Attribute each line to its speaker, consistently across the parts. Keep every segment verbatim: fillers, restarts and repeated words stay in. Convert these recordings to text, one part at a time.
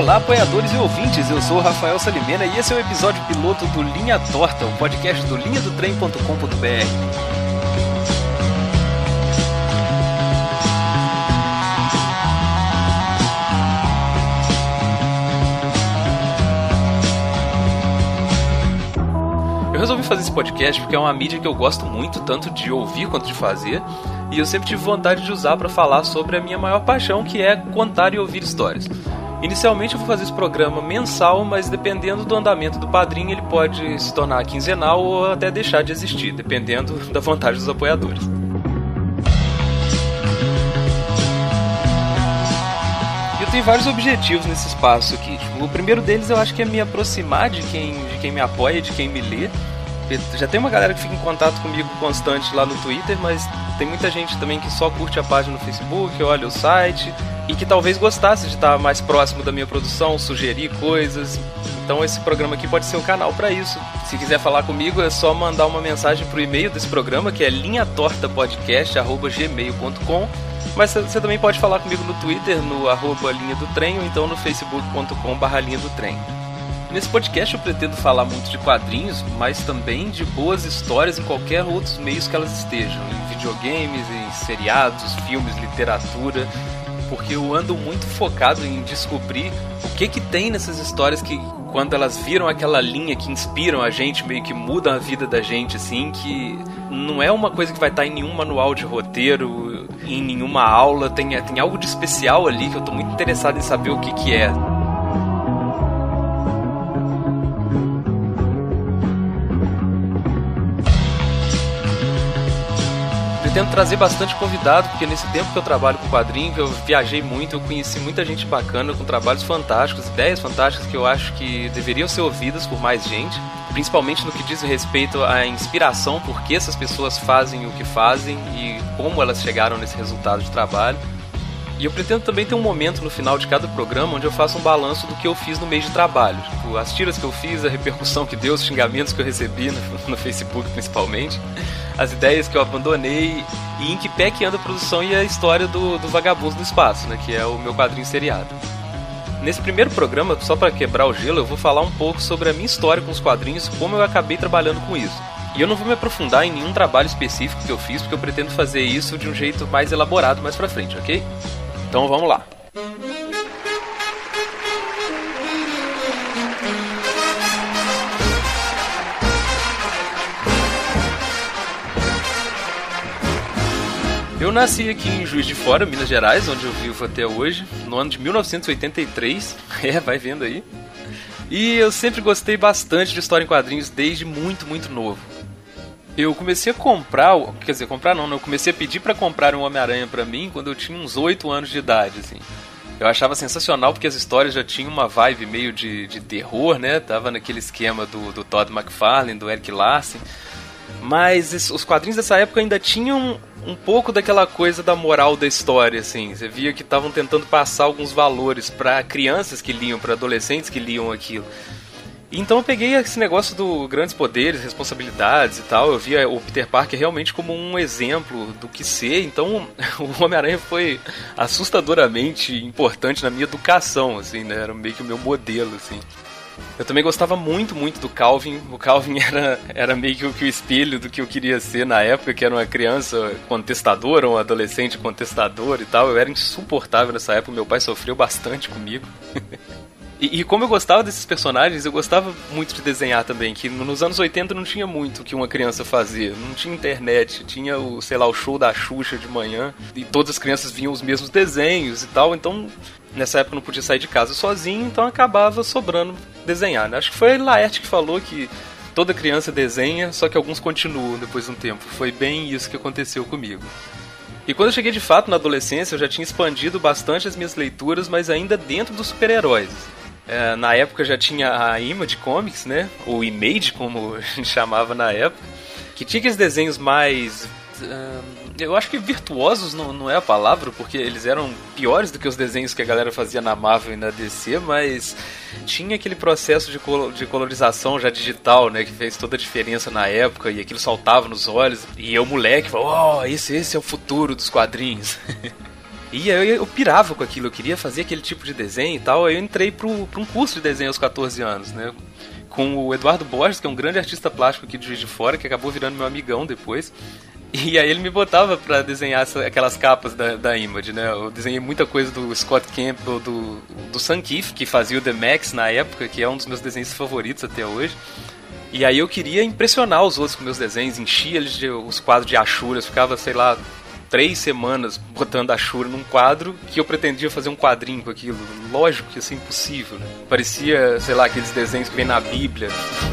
Speaker 1: Olá, apoiadores e ouvintes, eu sou o Rafael Salimena e esse é o episódio piloto do Linha Torta, o podcast do linha do trem ponto com ponto b r. Eu resolvi fazer esse podcast porque é uma mídia que eu gosto muito, tanto de ouvir quanto de fazer, e eu sempre tive vontade de usar para falar sobre a minha maior paixão, que é contar e ouvir histórias. Inicialmente eu vou fazer esse programa mensal, mas dependendo do andamento do padrinho, ele pode se tornar quinzenal ou até deixar de existir, dependendo da vontade dos apoiadores. Eu tenho vários objetivos nesse espaço aqui. O primeiro deles eu acho que é me aproximar de quem, de quem me apoia, de quem me lê. Já tem uma galera que fica em contato comigo constante lá no Twitter, mas tem muita gente também que só curte a página no Facebook, olha o site e que talvez gostasse de estar mais próximo da minha produção, sugerir coisas. Então esse programa aqui pode ser o canal para isso. Se quiser falar comigo é só mandar uma mensagem pro e-mail desse programa, que é linha torta podcast arroba gmail ponto com. Mas você também pode falar comigo no Twitter, no arroba linha do trem, ou então no facebook ponto com barra linha do trem. Nesse podcast eu pretendo falar muito de quadrinhos, mas também de boas histórias em qualquer outros meios que elas estejam, em videogames, em seriados, filmes, literatura, porque eu ando muito focado em descobrir o que que tem nessas histórias que, quando elas viram aquela linha que inspiram a gente, meio que mudam a vida da gente, assim, que não é uma coisa que vai estar em nenhum manual de roteiro, em nenhuma aula, tem, tem algo de especial ali que eu tô muito interessado em saber o que que é. Tento trazer bastante convidado, porque nesse tempo que eu trabalho com quadrinho, que eu viajei muito, eu conheci muita gente bacana, com trabalhos fantásticos, ideias fantásticas que eu acho que deveriam ser ouvidas por mais gente, principalmente no que diz respeito à inspiração, por que essas pessoas fazem o que fazem e como elas chegaram nesse resultado de trabalho. E eu pretendo também ter um momento no final de cada programa onde eu faço um balanço do que eu fiz no mês de trabalho, tipo, as tiras que eu fiz, a repercussão que deu, os xingamentos que eu recebi no, no Facebook principalmente, as ideias que eu abandonei e em que pé que anda a produção e a história do, do Vagabundo do Espaço, né, que é o meu quadrinho seriado. Nesse primeiro programa, só para quebrar o gelo, eu vou falar um pouco sobre a minha história com os quadrinhos e como eu acabei trabalhando com isso. E eu não vou me aprofundar em nenhum trabalho específico que eu fiz, porque eu pretendo fazer isso de um jeito mais elaborado mais pra frente, ok? Então vamos lá. Eu nasci aqui em Juiz de Fora, Minas Gerais, onde eu vivo até hoje, no ano de mil novecentos e oitenta e três, é, vai vendo aí. E eu sempre gostei bastante de história em quadrinhos desde muito, muito novo. Eu comecei a comprar, quer dizer, comprar não, eu comecei a pedir pra comprar um Homem-Aranha pra mim quando eu tinha uns oito anos de idade, assim. Eu achava sensacional porque as histórias já tinham uma vibe meio de, de terror, né? Tava naquele esquema do, do Todd McFarlane, do Eric Larsen. Mas isso, os quadrinhos dessa época ainda tinham um pouco daquela coisa da moral da história, assim. Você via que estavam tentando passar alguns valores pra crianças que liam, pra adolescentes que liam aquilo. Então eu peguei esse negócio do grandes poderes, responsabilidades e tal. Eu via o Peter Parker realmente como um exemplo do que ser. Então o Homem-Aranha foi assustadoramente importante na minha educação, assim, né? Era meio que o meu modelo, assim. Eu também gostava muito, muito do Calvin. O Calvin era, era meio que o, que o espelho do que eu queria ser na época, que era uma criança contestadora, um adolescente contestador e tal. Eu era insuportável nessa época, meu pai sofreu bastante comigo. E, e como eu gostava desses personagens, eu gostava muito de desenhar também, que nos anos oitenta não tinha muito o que uma criança fazia. Não tinha internet, tinha o, sei lá, o show da Xuxa de manhã, e todas as crianças viam os mesmos desenhos e tal, então nessa época eu não podia sair de casa sozinho, então acabava sobrando desenhar, né? Acho que foi Laerte que falou que toda criança desenha, só que alguns continuam depois de um tempo. Foi bem isso que aconteceu comigo. E quando eu cheguei de fato na adolescência, eu já tinha expandido bastante as minhas leituras, mas ainda dentro dos super-heróis. É, na época já tinha a Image Comics, né? Ou Image, como a gente chamava na época, que tinha aqueles desenhos mais... Uh, eu acho que virtuosos não, não é a palavra, porque eles eram piores do que os desenhos que a galera fazia na Marvel e na D C, mas tinha aquele processo de, colo- de colorização já digital, né? Que fez toda a diferença na época, e aquilo saltava nos olhos. E eu, moleque, falava, oh, esse, esse é o futuro dos quadrinhos. E aí eu, eu pirava com aquilo, eu queria fazer aquele tipo de desenho e tal. Aí eu entrei pro, pra um curso de desenho aos catorze anos, né? Com o Eduardo Borges, que é um grande artista plástico aqui de Juiz de Fora, que acabou virando meu amigão depois. E aí ele me botava pra desenhar essa, aquelas capas da, da Image, né? Eu desenhei muita coisa do Scott Campbell, do, do Sam Kiff, que fazia o The Max na época, que é um dos meus desenhos favoritos até hoje. E aí eu queria impressionar os outros com meus desenhos, enchia eles de, os quadros de Ashuras, ficava, sei lá, três semanas botando Ashura num quadro que eu pretendia fazer um quadrinho com aquilo. Lógico que isso é impossível, né? Parecia, sei lá, aqueles desenhos que vem na Bíblia.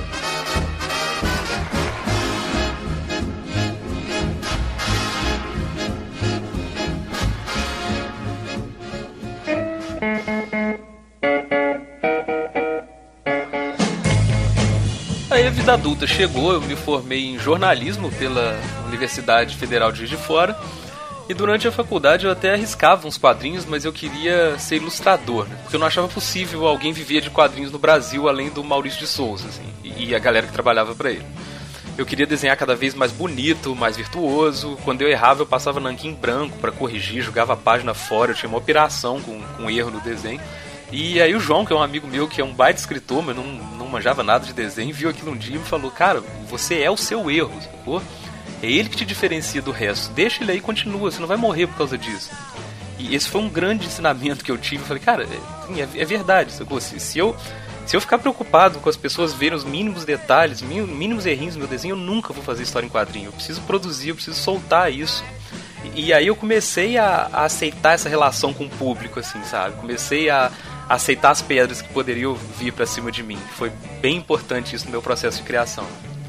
Speaker 1: Aí a vida adulta chegou, eu me formei em jornalismo pela Universidade Federal de Juiz de Fora. E durante a faculdade eu até arriscava uns quadrinhos, mas eu queria ser ilustrador, né? Porque eu não achava possível alguém viver de quadrinhos no Brasil além do Maurício de Souza, assim, e a galera que trabalhava pra ele. Eu queria desenhar cada vez mais bonito, mais virtuoso. Quando eu errava eu passava nanquim branco pra corrigir, jogava a página fora, eu tinha uma operação com, com erro no desenho. E aí o João, que é um amigo meu, que é um baita escritor, mas não, não manjava nada de desenho, viu aquilo um dia e me falou: cara, você é o seu erro, sacou? É ele que te diferencia do resto. Deixa ele aí e continua, você não vai morrer por causa disso. E esse foi um grande ensinamento que eu tive. Eu falei, cara, é, é verdade, sacou? Se, se, eu, se eu ficar preocupado com as pessoas verem os mínimos detalhes, mínimos errinhos no meu desenho, eu nunca vou fazer história em quadrinho. Eu preciso produzir, eu preciso soltar isso. E, e aí eu comecei a, a aceitar essa relação com o público, assim, sabe? Comecei a, a aceitar as pedras que poderiam vir pra cima de mim. Foi bem importante isso no meu processo de criação.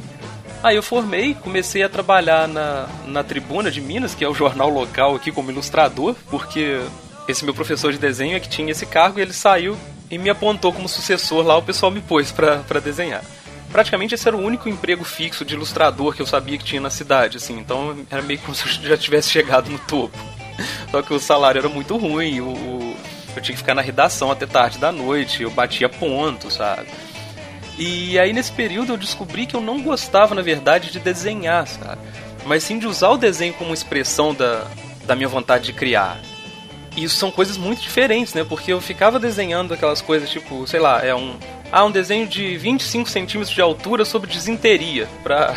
Speaker 1: Aí eu formei, comecei a trabalhar na, na Tribuna de Minas, que é o jornal local aqui, como ilustrador, porque esse meu professor de desenho é que tinha esse cargo e ele saiu e me apontou como sucessor lá, o pessoal me pôs pra, pra desenhar. Praticamente esse era o único emprego fixo de ilustrador que eu sabia que tinha na cidade, assim, então era meio como se eu já tivesse chegado no topo. Só que o salário era muito ruim, o, o, eu tinha que ficar na redação até tarde da noite, eu batia ponto, sabe? E aí nesse período eu descobri que eu não gostava, na verdade, de desenhar, sabe? Mas sim de usar o desenho como expressão da, da minha vontade de criar. E isso são coisas muito diferentes, né? Porque eu ficava desenhando aquelas coisas tipo, sei lá, é um... Ah, um desenho de vinte e cinco centímetros de altura sobre disenteria, pra...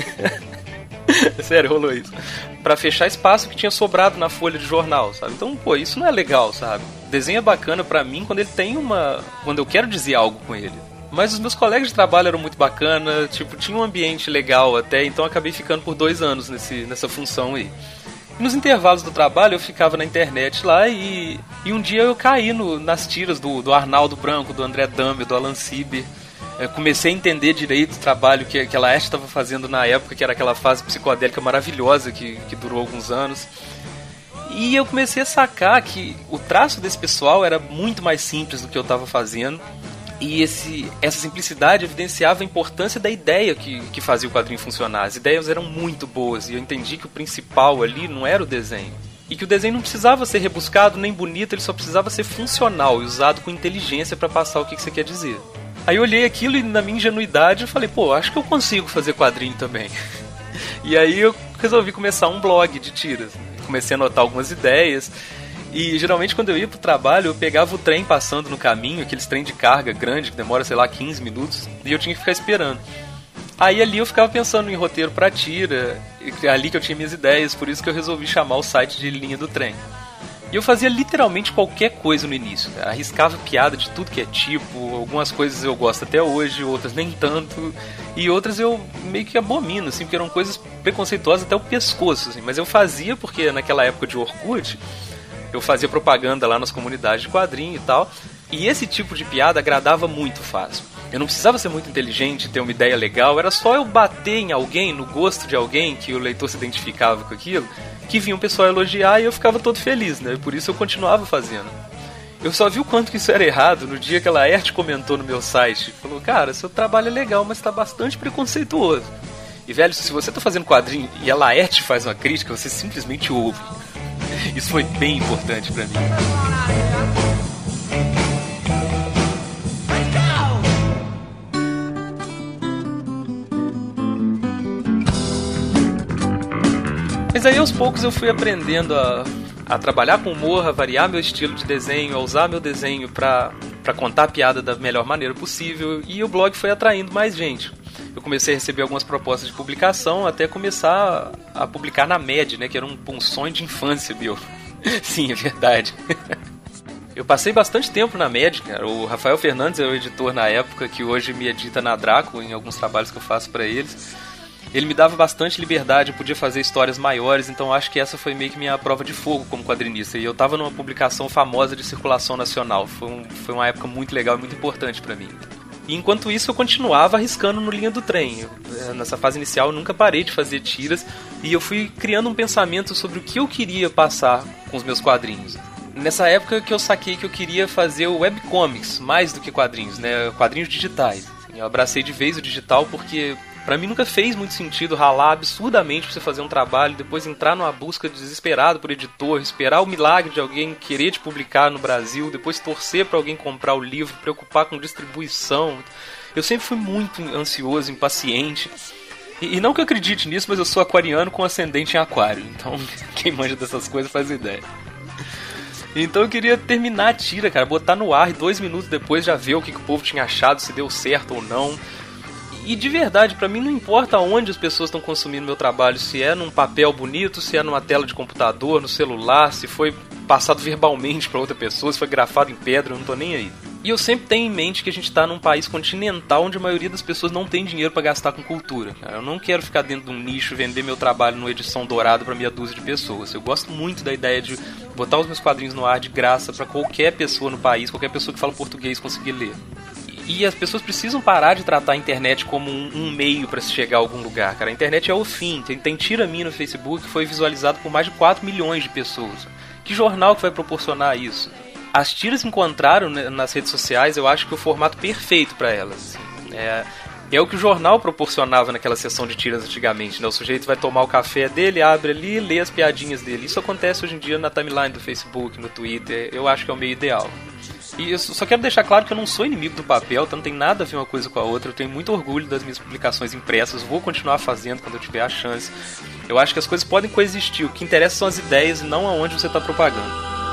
Speaker 1: Sério, rolou isso. Pra fechar espaço que tinha sobrado na folha de jornal, sabe? Então, pô, isso não é legal, sabe? Desenho é bacana pra mim quando ele tem uma... Quando eu quero dizer algo com ele. Mas os meus colegas de trabalho eram muito bacana, tipo, tinha um ambiente legal até, então eu acabei ficando por dois anos nesse, nessa função aí. E nos intervalos do trabalho eu ficava na internet lá e, e um dia eu caí no, nas tiras do, do Arnaldo Branco, do André Dame, do Alan Sieber. Eu comecei a entender direito o trabalho que, que a Laerte estava fazendo na época, que era aquela fase psicodélica maravilhosa que, que durou alguns anos. E eu comecei a sacar que o traço desse pessoal era muito mais simples do que eu estava fazendo. E esse, essa simplicidade evidenciava a importância da ideia que, que fazia o quadrinho funcionar. As ideias eram muito boas e eu entendi que o principal ali não era o desenho. E que o desenho não precisava ser rebuscado nem bonito, ele só precisava ser funcional e usado com inteligência para passar o que, que você quer dizer. Aí eu olhei aquilo e na minha ingenuidade eu falei, pô, acho que eu consigo fazer quadrinho também. E aí eu resolvi começar um blog de tiras. Comecei a anotar algumas ideias. E geralmente quando eu ia pro trabalho eu pegava o trem passando no caminho, aqueles trem de carga grande que demora, sei lá, quinze minutos, e eu tinha que ficar esperando. Aí ali eu ficava pensando em roteiro pra tira, é ali que eu tinha minhas ideias, por isso que eu resolvi chamar o site de Linha do Trem. E eu fazia literalmente qualquer coisa no início, cara. Arriscava piada de tudo que é tipo, algumas coisas eu gosto até hoje, outras nem tanto, e outras eu meio que abomino, assim, porque eram coisas preconceituosas até o pescoço, assim. Mas eu fazia porque naquela época de Orkut eu fazia propaganda lá nas comunidades de quadrinho e tal, e esse tipo de piada agradava muito fácil. Eu não precisava ser muito inteligente, ter uma ideia legal, era só eu bater em alguém, no gosto de alguém, que o leitor se identificava com aquilo, que vinha um pessoal elogiar e eu ficava todo feliz, né? Por isso eu continuava fazendo. Eu só vi o quanto que isso era errado no dia que a Laerte comentou no meu site. Falou, cara, seu trabalho é legal, mas tá bastante preconceituoso. E, velho, se você tá fazendo quadrinho e a Laerte faz uma crítica, você simplesmente ouve. Isso foi bem importante pra mim. Mas aí aos poucos eu fui aprendendo a a trabalhar com humor, a variar meu estilo de desenho, a usar meu desenho pra, pra contar a piada da melhor maneira possível, e o blog foi atraindo mais gente. Eu comecei a receber algumas propostas de publicação, até começar a publicar na Mad, né, que era um, um sonho de infância meu. Sim, é verdade. Eu passei bastante tempo na Mad, cara. O Rafael Fernandes é o editor na época, que hoje me edita na Draco, em alguns trabalhos que eu faço pra eles. Ele me dava bastante liberdade, eu podia fazer histórias maiores, então acho que essa foi meio que minha prova de fogo como quadrinista. E eu tava numa publicação famosa de circulação nacional. Foi, um, foi uma época muito legal e muito importante pra mim. E enquanto isso eu continuava arriscando no Linha do Trem. Eu, nessa fase inicial eu nunca parei de fazer tiras e eu fui criando um pensamento sobre o que eu queria passar com os meus quadrinhos. Nessa época que eu saquei que eu queria fazer webcomics, mais do que quadrinhos, né? Quadrinhos digitais. Eu abracei de vez o digital porque pra mim nunca fez muito sentido ralar absurdamente pra você fazer um trabalho, depois entrar numa busca desesperada por editor, esperar o milagre de alguém querer te publicar no Brasil, depois torcer pra alguém comprar o livro, preocupar com distribuição. Eu sempre fui muito ansioso, impaciente. E, e não que eu acredite nisso, mas eu sou aquariano com ascendente em aquário, então quem manja dessas coisas faz ideia. Então eu queria terminar a tira, cara, botar no ar e dois minutos depois já ver o que, que o povo tinha achado, se deu certo ou não. E de verdade, pra mim não importa onde as pessoas estão consumindo meu trabalho, se é num papel bonito, se é numa tela de computador, no celular, se foi passado verbalmente pra outra pessoa, se foi grafado em pedra, eu não tô nem aí. E eu sempre tenho em mente que a gente tá num país continental onde a maioria das pessoas não tem dinheiro pra gastar com cultura. Eu não quero ficar dentro de um nicho e vender meu trabalho numa edição dourada pra meia dúzia de pessoas. Eu gosto muito da ideia de botar os meus quadrinhos no ar de graça pra qualquer pessoa no país, qualquer pessoa que fala português conseguir ler. E as pessoas precisam parar de tratar a internet como um, um meio para se chegar a algum lugar, cara. A internet é o fim. Tem, tem tira minha no Facebook que foi visualizado por mais de quatro milhões de pessoas. Que jornal que vai proporcionar isso? As tiras encontraram, né, nas redes sociais, eu acho que o formato perfeito para elas. Assim. É, é o que o jornal proporcionava naquela sessão de tiras antigamente, né? O sujeito vai tomar o café dele, abre ali e lê as piadinhas dele. Isso acontece hoje em dia na timeline do Facebook, no Twitter. Eu acho que é o meio ideal. E eu só quero deixar claro que eu não sou inimigo do papel, então não tem nada a ver uma coisa com a outra. Eu tenho muito orgulho das minhas publicações impressas, vou continuar fazendo quando eu tiver a chance. Eu acho que as coisas podem coexistir, o que interessa são as ideias e não aonde você está propagando.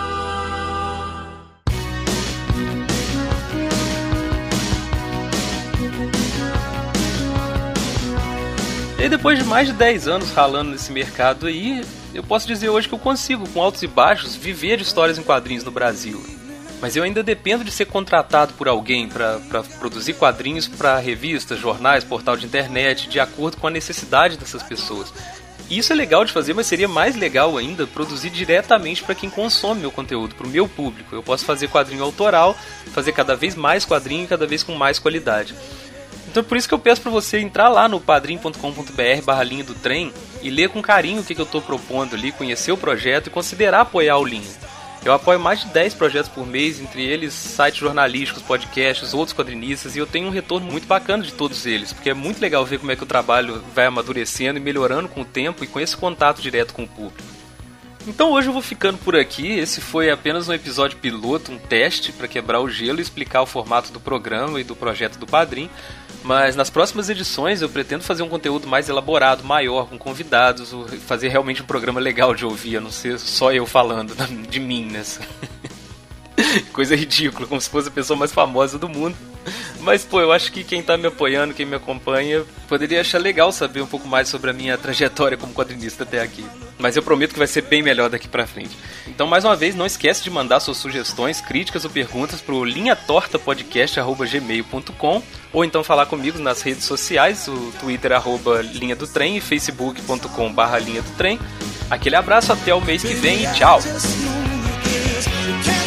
Speaker 1: E depois de mais de dez anos ralando nesse mercado aí, eu posso dizer hoje que eu consigo, com altos e baixos, viver de histórias em quadrinhos no Brasil. Mas eu ainda dependo de ser contratado por alguém para produzir quadrinhos para revistas, jornais, portal de internet, de acordo com a necessidade dessas pessoas. E isso é legal de fazer, mas seria mais legal ainda produzir diretamente para quem consome meu conteúdo, para o meu público. Eu posso fazer quadrinho autoral, fazer cada vez mais quadrinho e cada vez com mais qualidade. Então é por isso que eu peço para você entrar lá no padrim ponto com ponto b r barra linha do trem e ler com carinho o que, que eu estou propondo ali, conhecer o projeto e considerar apoiar o Linha. Eu apoio mais de dez projetos por mês, entre eles sites jornalísticos, podcasts, outros quadrinistas, e eu tenho um retorno muito bacana de todos eles, porque é muito legal ver como é que o trabalho vai amadurecendo e melhorando com o tempo e com esse contato direto com o público. Então hoje eu vou ficando por aqui, esse foi apenas um episódio piloto, um teste para quebrar o gelo e explicar o formato do programa e do projeto do Padrim, mas nas próximas edições eu pretendo fazer um conteúdo mais elaborado, maior, com convidados, fazer realmente um programa legal de ouvir, a não ser só eu falando de mim nessa... Coisa ridícula, como se fosse a pessoa mais famosa do mundo. Mas, pô, eu acho que quem tá me apoiando, quem me acompanha, poderia achar legal saber um pouco mais sobre a minha trajetória como quadrinista até aqui. Mas eu prometo que vai ser bem melhor daqui pra frente. Então, mais uma vez, não esquece de mandar suas sugestões, críticas ou perguntas pro linha torta podcast arroba gmail ponto com ou então falar comigo nas redes sociais, o Twitter arroba linha do trem e facebook ponto com barra linha do trem. Aquele abraço, até o mês que vem e tchau!